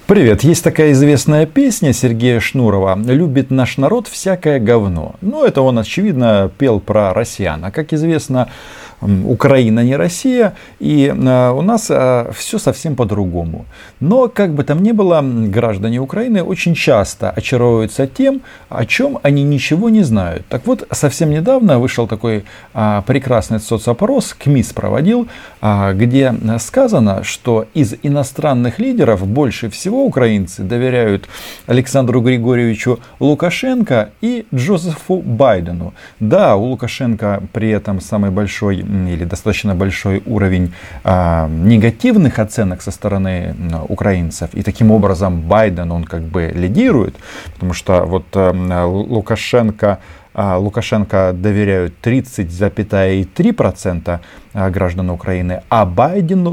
Привет, есть такая известная песня Сергея Шнурова «Любит наш народ всякое говно». Ну, это он, очевидно, пел про россиян. А как известно, Украина не Россия, и у нас все совсем по-другому. Но, как бы там ни было, граждане Украины очень часто очаровываются тем, о чем они ничего не знают. Так вот, совсем недавно вышел такой прекрасный соцопрос, КМИС проводил, где сказано, что из иностранных лидеров больше всего украинцы доверяют Александру Григорьевичу Лукашенко и Джозефу Байдену. Да, у Лукашенко при этом самый большой или достаточно большой уровень негативных оценок со стороны украинцев. И таким образом Байден, он как бы лидирует, потому что вот Лукашенко доверяют 30,3% граждан Украины, а Байдену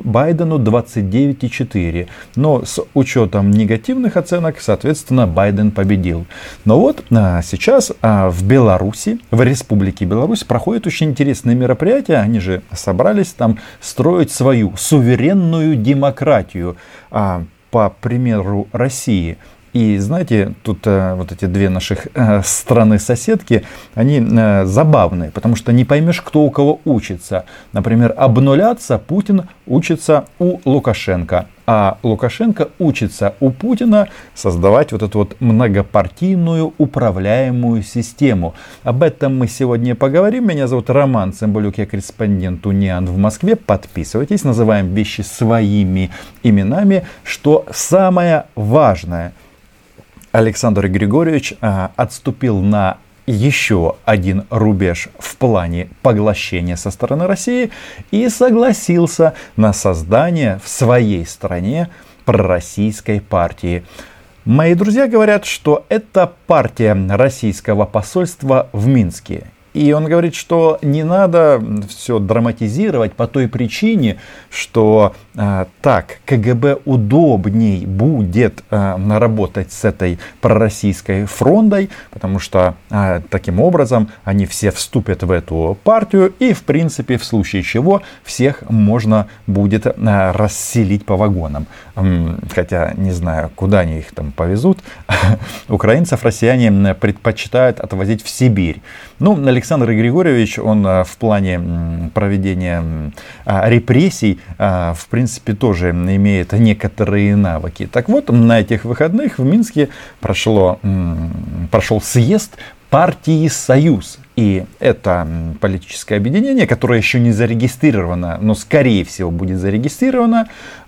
29,4%. Но с учетом негативных оценок, соответственно, Байден победил. Но вот сейчас в Беларуси, в Республике Беларусь проходит очень интересное мероприятие. Они же собрались там строить свою суверенную демократию, по примеру России. И знаете, тут вот эти две наших страны-соседки, они забавные, потому что не поймешь, кто у кого учится. Например, обнуляться Путин учится у Лукашенко, а Лукашенко учится у Путина создавать вот эту вот многопартийную управляемую систему. Об этом мы сегодня поговорим. Меня зовут Роман Цымбалюк, я корреспондент УНИАН в Москве. Подписывайтесь, называем вещи своими именами. Что самое важное, Александр Григорьевич отступил на еще один рубеж в плане поглощения со стороны России и согласился на создание в своей стране пророссийской партии. Мои друзья говорят, что это партия российского посольства в Минске. И он говорит, что не надо все драматизировать по той причине, что так КГБ удобней будет работать с этой пророссийской фрондой, потому что таким образом они все вступят в эту партию, и в принципе в случае чего всех можно будет расселить по вагонам. Хотя не знаю, куда они их там повезут. Украинцев россияне предпочитают отвозить в Сибирь. Ну, Александр Григорьевич, он в плане проведения репрессий, в принципе, тоже имеет некоторые навыки. Так вот, на этих выходных в Минске прошел съезд партии «Союз». И это политическое объединение, которое еще не зарегистрировано, но скорее всего будет зарегистрировано,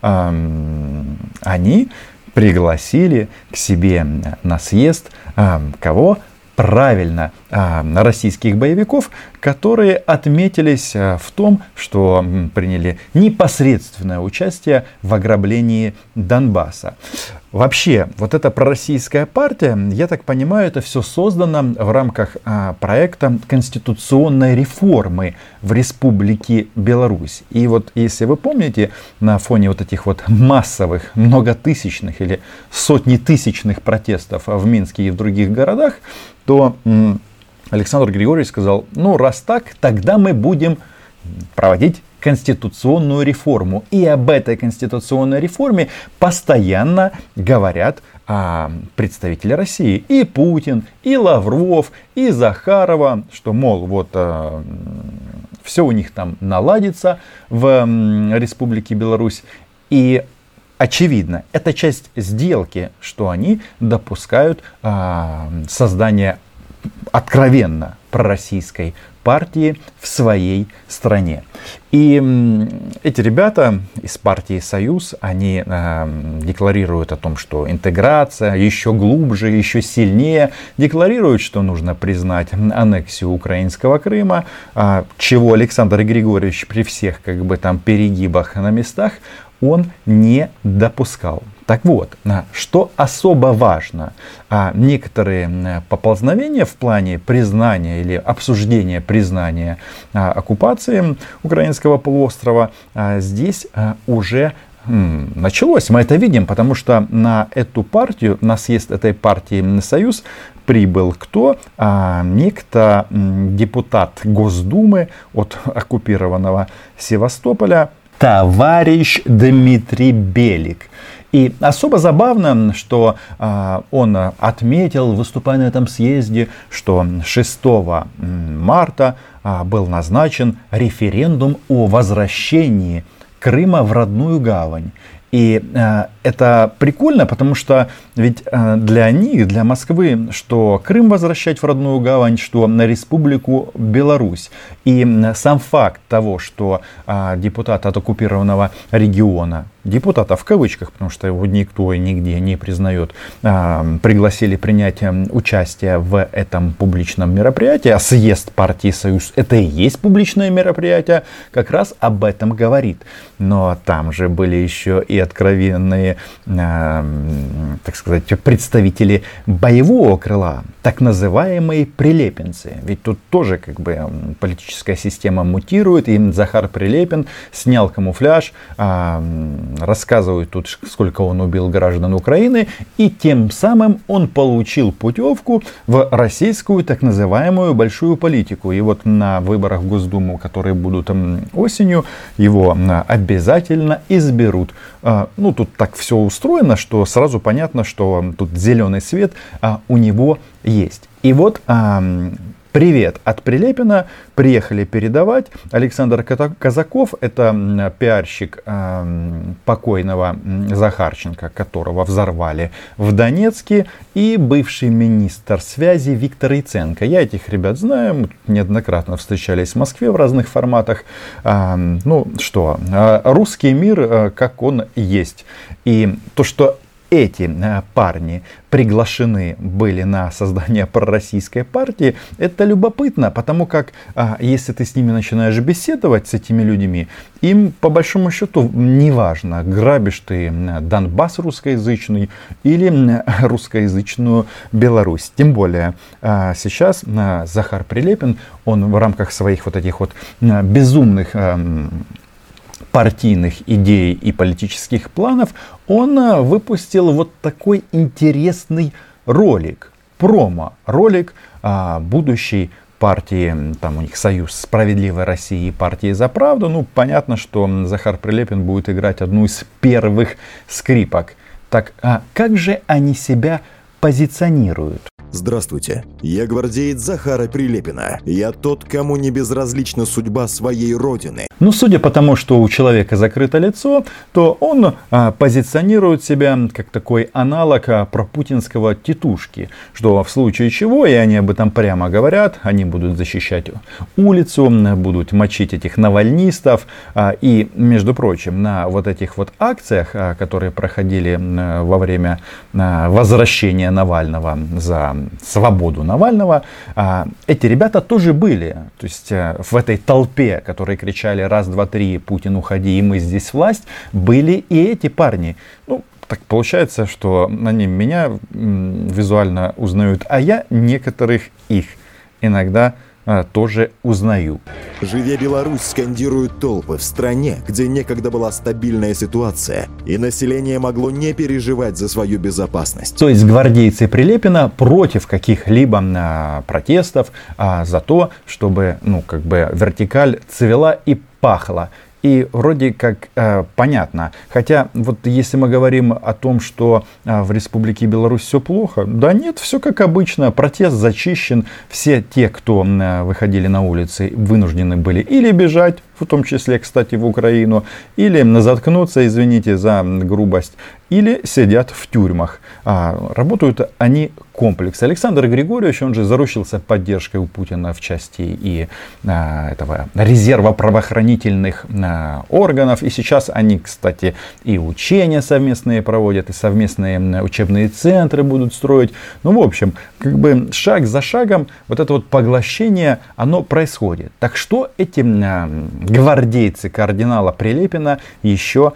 они пригласили к себе на съезд кого? Правильно, российских боевиков, которые отметились в том, что приняли непосредственное участие в ограблении Донбасса. Вообще, вот эта пророссийская партия, я так понимаю, это все создано в рамках проекта конституционной реформы в Республике Беларусь. И вот, если вы помните, на фоне вот этих вот массовых, многотысячных или сотнетысячных протестов в Минске и в других городах, то Александр Григорьевич сказал, ну раз так, тогда мы будем проводить конституционную реформу. И об этой конституционной реформе постоянно говорят представители России. И Путин, и Лавров, и Захарова, что, мол, вот все у них там наладится в Республике Беларусь. И очевидно, это часть сделки, что они допускают создание откровенно пророссийской партии в своей стране. И эти ребята из партии «Союз», они декларируют о том, что интеграция еще глубже, еще сильнее, декларируют, что нужно признать аннексию украинского Крыма, чего Александр Григорьевич при всех как бы там перегибах на местах он не допускал. Так вот, что особо важно, некоторые поползновения в плане признания или обсуждения признания оккупации украинского полуострова здесь уже началось. Мы это видим, потому что на эту партию, на съезд этой партии «Союз» прибыл кто? Некто депутат Госдумы от оккупированного Севастополя, товарищ Дмитрий Белик. И особо забавно, что он отметил, выступая на этом съезде, что 6 марта был назначен референдум о возвращении Крыма в родную гавань. И это прикольно, потому что ведь для них, для Москвы, что Крым возвращать в родную гавань, что на Республику Беларусь. И сам факт того, что депутаты от оккупированного региона, депутата в кавычках, потому что его никто и нигде не признает, пригласили принять участие в этом публичном мероприятии, а съезд партии «Союз» это и есть публичное мероприятие, как раз об этом говорит. Но там же были еще и откровенные, так сказать, представители боевого крыла, так называемые прилепинцы. Ведь тут тоже как бы политическая система мутирует, и Захар Прилепин снял камуфляж, рассказывает тут, сколько он убил граждан Украины, и тем самым он получил путевку в российскую так называемую большую политику. И вот на выборах в Госдуму, которые будут осенью, его обязательно изберут. Ну, тут так все устроено, что сразу понятно, что тут зеленый свет у него есть. И вот привет от Прилепина приехали передавать Александр Казаков, это пиарщик покойного Захарченко, которого взорвали в Донецке, и бывший министр связи Виктор Яценко. Я этих ребят знаю, мы неоднократно встречались в Москве в разных форматах. Ну что, русский мир, как он есть. И то, что эти парни приглашены были на создание пророссийской партии, это любопытно, потому как если ты с ними начинаешь беседовать, с этими людьми, им по большому счету неважно, грабишь ты Донбасс русскоязычный или русскоязычную Беларусь. Тем более сейчас Захар Прилепин, он в рамках своих вот этих вот безумных партийных идей и политических планов, он выпустил вот такой интересный ролик, промо-ролик будущей партии, там у них союз «Справедливой России» и партии «За правду». Ну, понятно, что Захар Прилепин будет играть одну из первых скрипок. Так, как же они себя позиционируют? Здравствуйте, я гвардеец Захара Прилепина. Я тот, кому не безразлична судьба своей родины. Ну, судя по тому, что у человека закрыто лицо, то он позиционирует себя как такой аналог пропутинского титушки, что в случае чего, и они об этом прямо говорят, они будут защищать улицу, будут мочить этих навальнистов. И, между прочим, на вот этих вот акциях, которые проходили во время возвращения Навального за свободу Навального, эти ребята тоже были. То есть в этой толпе, которые кричали «раз, два, три, Путин, уходи, и мы здесь власть», были и эти парни. Ну, так получается, что они меня визуально узнают, а я некоторых их иногда тоже узнаю. «Живе Беларусь» скандируют толпы в стране, где некогда была стабильная ситуация, и население могло не переживать за свою безопасность. То есть гвардейцы Прилепина против каких-либо протестов, за то, чтобы, ну, как бы вертикаль цвела и пахла. И вроде как понятно. Хотя вот если мы говорим о том, что в Республике Беларусь все плохо, да нет, все как обычно. Протест зачищен. Все те, кто выходили на улицы, вынуждены были или бежать, в том числе, кстати, в Украину, или заткнуться, извините за грубость, или сидят в тюрьмах. Работают они комплекс. Александр Григорьевич, он же заручился поддержкой у Путина в части и этого резерва правоохранительных органов. И сейчас они, кстати, и учения совместные проводят, и совместные учебные центры будут строить. Ну, в общем, как бы шаг за шагом вот это вот поглощение, оно происходит. Так что эти гвардейцы кардинала Прилепина еще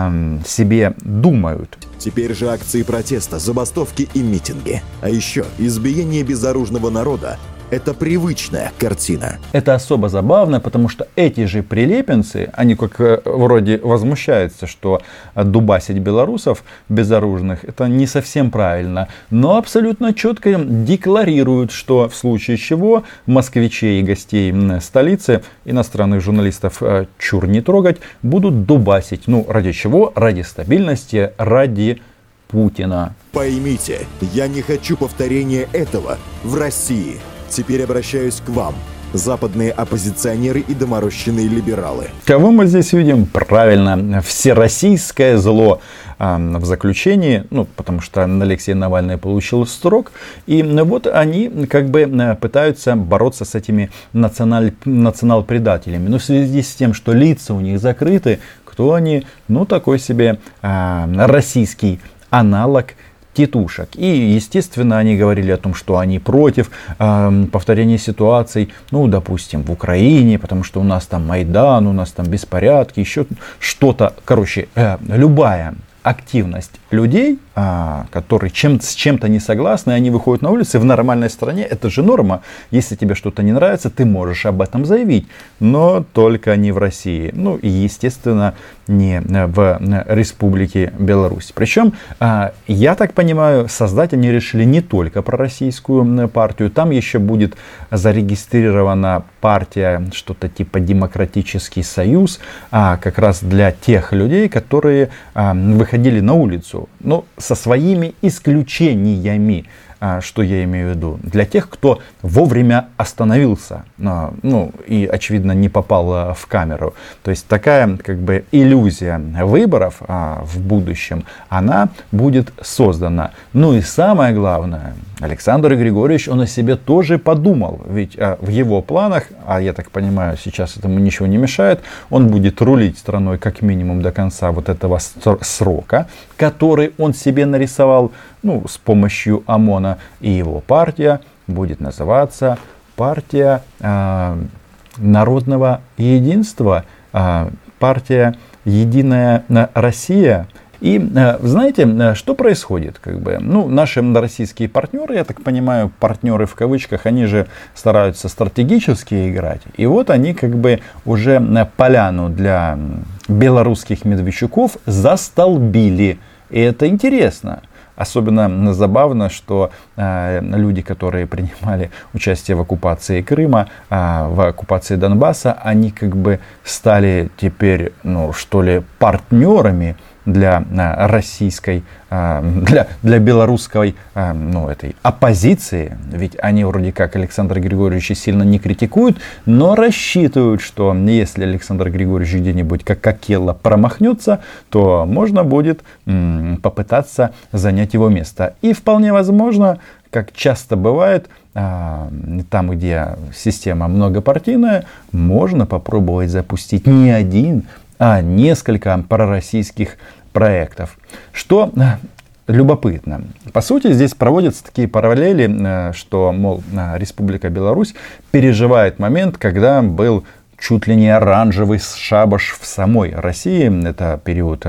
себе думают? Теперь же акции протеста, забастовки и митинги. А еще избиение безоружного народа Это привычная картина. Это особо забавно, потому что эти же прилепинцы, они как вроде возмущаются, что дубасить белорусов безоружных, это не совсем правильно. Но абсолютно четко декларируют, что в случае чего москвичей и гостей столицы, иностранных журналистов чур не трогать, будут дубасить. Ну, ради чего? Ради стабильности, ради Путина. Поймите, я не хочу повторения этого в России. Теперь обращаюсь к вам, западные оппозиционеры и доморощенные либералы. Кого мы здесь видим? Правильно, всероссийское зло в заключении, ну, потому что Алексей Навальный получил срок, и вот они как бы пытаются бороться с этими национал-предателями. Но в связи с тем, что лица у них закрыты, кто они? Ну, такой себе российский аналог титушек. И, естественно, они говорили о том, что они против повторения ситуаций, ну, допустим, в Украине, потому что у нас там Майдан, у нас там беспорядки, еще что-то. Короче, любая активность людей, которые с чем-то не согласны, они выходят на улицы в нормальной стране. Это же норма. Если тебе что-то не нравится, ты можешь об этом заявить. Но только не в России. Ну и, естественно, не в Республике Беларусь. Причем, я так понимаю, создать они решили не только пророссийскую партию. Там еще будет зарегистрирована партия, что-то типа Демократический союз, как раз для тех людей, которые выходили на улицу. Но со своими исключениями. Что я имею в виду? Для тех, кто вовремя остановился, ну и очевидно не попал в камеру. То есть такая как бы иллюзия выборов в будущем, она будет создана. Ну и самое главное, Александр Григорьевич, он о себе тоже подумал. Ведь в его планах, а я так понимаю, сейчас этому ничего не мешает, он будет рулить страной как минимум до конца вот этого срока, который он себе нарисовал, ну, с помощью ОМОНа. И его партия будет называться партия народного единства, партия Единая Россия. И знаете, что происходит? Ну, наши российские партнеры, я так понимаю, партнеры в кавычках, они же стараются стратегически играть. И вот они уже поляну для белорусских Медведчуков застолбили. И это интересно. Особенно забавно, что люди, которые принимали участие в оккупации Крыма, в оккупации Донбасса, они стали теперь, ну, что ли, партнерами для российской, для белорусской, ну, этой оппозиции. Ведь они вроде как Александра Григорьевича сильно не критикуют, но рассчитывают, что если Александр Григорьевич где-нибудь как Кокелло промахнется, то можно будет попытаться занять его место. И вполне возможно, как часто бывает, там, где система многопартийная, можно попробовать запустить не один, а несколько пророссийских проектов. Что любопытно. По сути, здесь проводятся такие параллели, что, мол, Республика Беларусь переживает момент, когда был чуть ли не оранжевый шабаш в самой России. Это период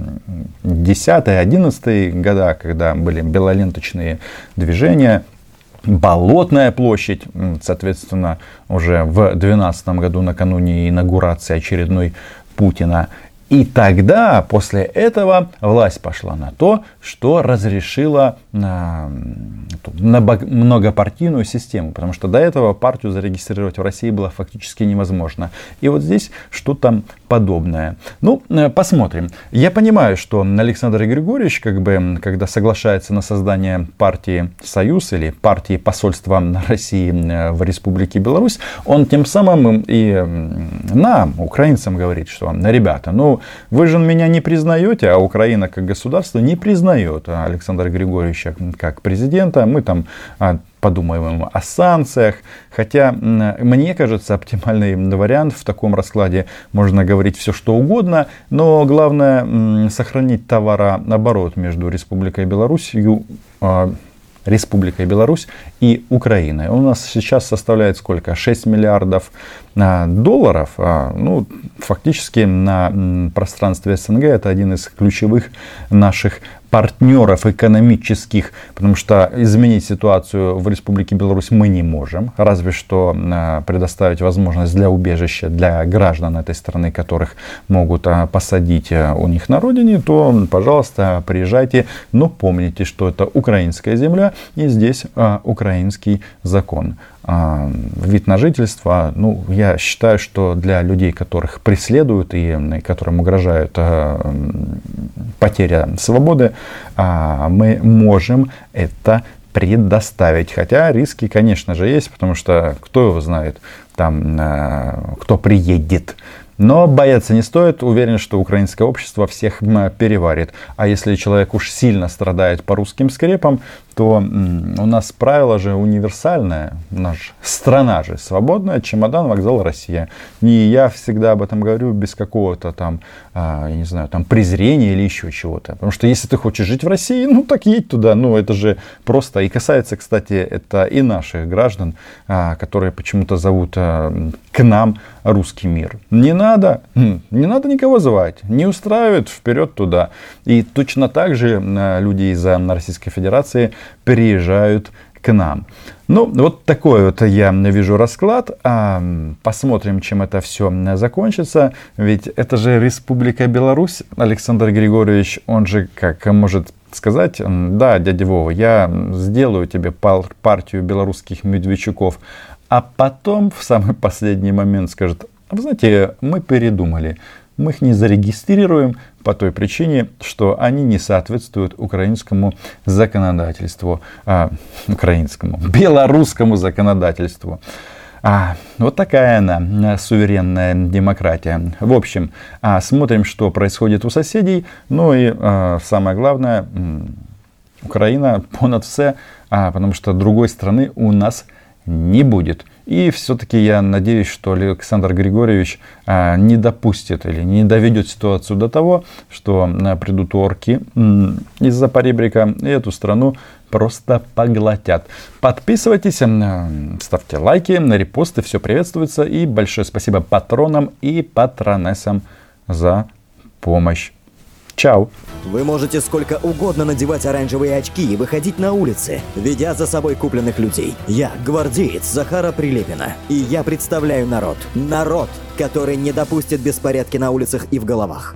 10-11 года, когда были белоленточные движения. Болотная площадь, соответственно, уже в 2012 году, накануне инаугурации очередной Путина. И тогда, после этого, власть пошла на то, что разрешила многопартийную систему. Потому что до этого партию зарегистрировать в России было фактически невозможно. И вот здесь что-то подобное. Ну, посмотрим. Я понимаю, что Александр Григорьевич, когда соглашается на создание партии «Союз» или партии посольства России в Республике Беларусь, он тем самым и нам, украинцам, говорит, что, ребята, ну, вы же меня не признаете, а Украина как государство не признает Александра Григорьевича как президента. Мы там подумаем о санкциях. Хотя, мне кажется, оптимальный вариант в таком раскладе, можно говорить все что угодно, но главное сохранить товарооборот между Республикой Беларусь и Украиной. Он у нас сейчас составляет сколько? 6 миллиардов долларов. Ну, фактически на пространстве СНГ это один из ключевых наших партнеров экономических, потому что изменить ситуацию в Республике Беларусь мы не можем, разве что предоставить возможность для убежища для граждан этой страны, которых могут посадить у них на родине, то, пожалуйста, приезжайте, но помните, что это украинская земля и здесь украинский закон. Вид на жительство, ну, я считаю, что для людей, которых преследуют и которым угрожает потеря свободы, мы можем это предоставить. Хотя риски, конечно же, есть, потому что кто его знает, там, кто приедет. Но бояться не стоит. Уверен, что украинское общество всех переварит. А если человек уж сильно страдает по русским скрепам, то у нас правило же универсальное. Наша страна же свободная. Чемодан, вокзал, Россия. И я всегда об этом говорю без какого-то там, я не знаю, там презрения или еще чего-то. Потому что если ты хочешь жить в России, ну так едь туда. Ну это же просто. И касается, кстати, это и наших граждан, которые почему-то зовут к нам русский мир. Не надо никого звать. Не устраивает, вперед туда. И точно так же люди из Российской Федерации приезжают к нам. Ну, вот такой вот я вижу расклад. Посмотрим, чем это все закончится. Ведь это же Республика Беларусь. Александр Григорьевич, он же как может сказать: да, дядя Вова, я сделаю тебе партию белорусских медведчуков. А потом в самый последний момент скажет: вы знаете, мы передумали. Мы их не зарегистрируем по той причине, что они не соответствуют украинскому законодательству, белорусскому законодательству. Вот такая она, суверенная демократия. В общем, смотрим, что происходит у соседей. Ну и самое главное, Украина понад все, потому что другой страны у нас не будет. И все-таки я надеюсь, что Александр Григорьевич не допустит или не доведет ситуацию до того, что придут орки из-за поребрика и эту страну просто поглотят. Подписывайтесь, ставьте лайки, репосты, все приветствуется. И большое спасибо патронам и патронессам за помощь. Чао! Вы можете сколько угодно надевать оранжевые очки и выходить на улицы, ведя за собой купленных людей. Я гвардеец Захара Прилепина, и я представляю народ. Народ, который не допустит беспорядки на улицах и в головах.